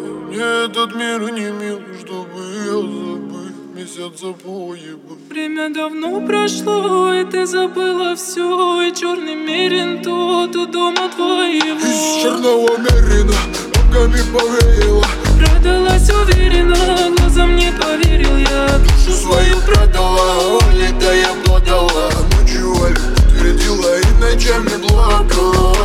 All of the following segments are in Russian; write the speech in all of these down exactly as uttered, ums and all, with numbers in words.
Мне этот мир не мил, чтобы я забыть месяц запоя. Время давно прошло, и ты забыла все. И черный мерин тот у дома твоего. Из черного мерина руками повеяло. Продалась уверенно, глазам не поверил я. Душу свою продала, улетая подала. Ночью Алю твердила и ночами плакала.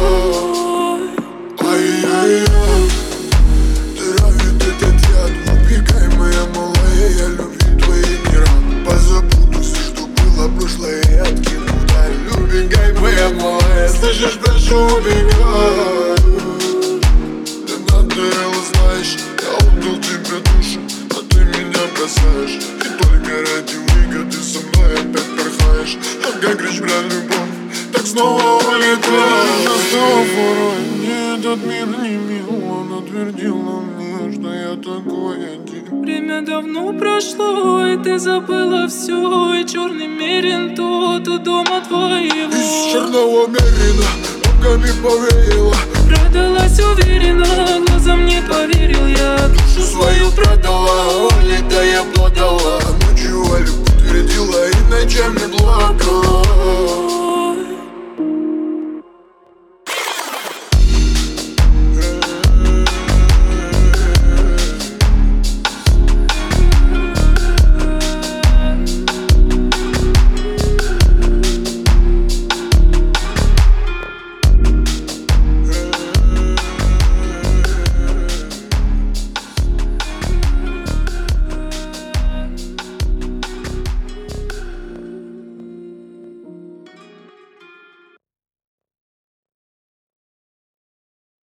Ай-яй-яй, травит этот яд. Убегай, моя малая, я любви твоей не рад. Позабуду все, что было прошлое, и откину вдаль. Убегай, моя малая, слышишь, прошу, убегай. Ты надоела, знаешь, я отдал тебе душу, а ты меня бросаешь. И только ради выгоды со мной опять порхаешь. А как речь про любовь, так снова улетаешь. Настала порой, мне этот мир не мил. Она твердила мне, что я такой один. Время давно прошло, и ты забыла все. И черный мерин тот у дома твоего. Из черного мерина руками повеяло. Продалась уверенно, глазам не поверил я. Душу свою продала, улетая подала. Ночью Алю твердила и ночами плакала.